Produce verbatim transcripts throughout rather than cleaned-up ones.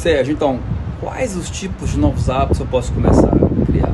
Sérgio, então, quais os tipos de novos hábitos eu posso começar a criar?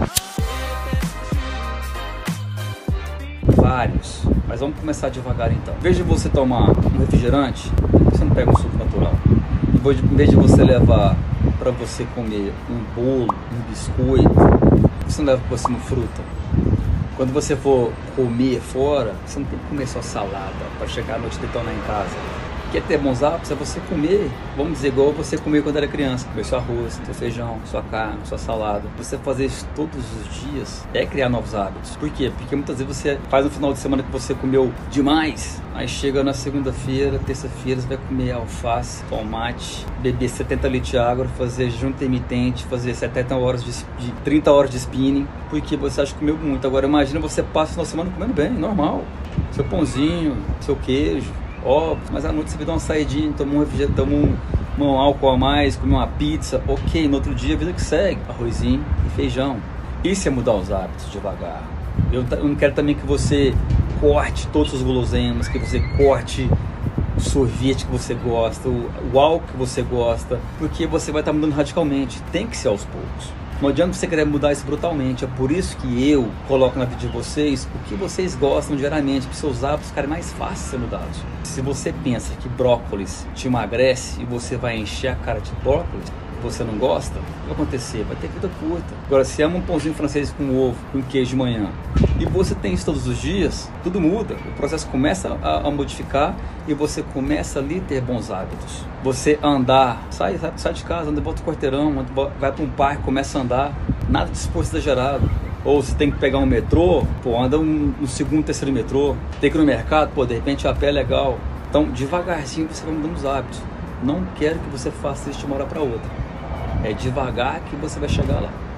Vários, mas vamos começar devagar então. Em vez de você tomar um refrigerante, você não pega um suco natural. Em vez de você levar para você comer um bolo, um biscoito, você não leva para você uma fruta. Quando você for comer fora, você não tem que comer só salada para chegar à noite e detonar em casa. Quer ter bons hábitos? É você comer, vamos dizer, igual você comer quando era criança. Comer seu arroz, seu feijão, sua carne, sua salada. Você fazer isso todos os dias é criar novos hábitos. Por quê? Porque muitas vezes você faz no final de semana que você comeu demais. Aí chega na segunda-feira, terça-feira, você vai comer alface, tomate, beber setenta litros de água, fazer jejum intermitente, fazer setenta horas de, de trinta horas de spinning, porque você acha que comeu muito. Agora imagina você passa o final de semana comendo bem, normal. Seu pãozinho, seu queijo. Óbvio, mas à noite você vai dar uma saidinha, toma um refrigerante, toma um, um álcool a mais, come uma pizza, ok, no outro dia a vida que segue, arrozinho e feijão. Isso é mudar os hábitos devagar. Eu, eu não quero também que você corte todos os guloseimas, que você corte o sorvete que você gosta, o, o álcool que você gosta, porque você vai estar mudando radicalmente, tem que ser aos poucos. Não adianta você querer mudar isso brutalmente. É por isso que eu coloco na vida de vocês o que vocês gostam diariamente, para os seus hábitos ficarem mais fáceis de ser mudados. Se você pensa que brócolis te emagrece e você vai encher a cara de brócolis, você não gosta, o que vai acontecer? Vai ter vida curta. Agora, se ama um pãozinho francês com ovo, com queijo de manhã, e você tem isso todos os dias, tudo muda. O processo começa a, a modificar e você começa ali a ter bons hábitos. Você andar, sai, sai, sai de casa, anda, volta o quarteirão, anda, vai para um parque, começa a andar, nada de esforço exagerado. Ou você tem que pegar um metrô, pô, anda um, um segundo, terceiro metrô. Tem que ir no mercado, pô, de repente a pé é legal. Então, devagarzinho você vai mudando os hábitos. Não quero que você faça isso de uma hora para outra. É devagar que você vai chegar lá.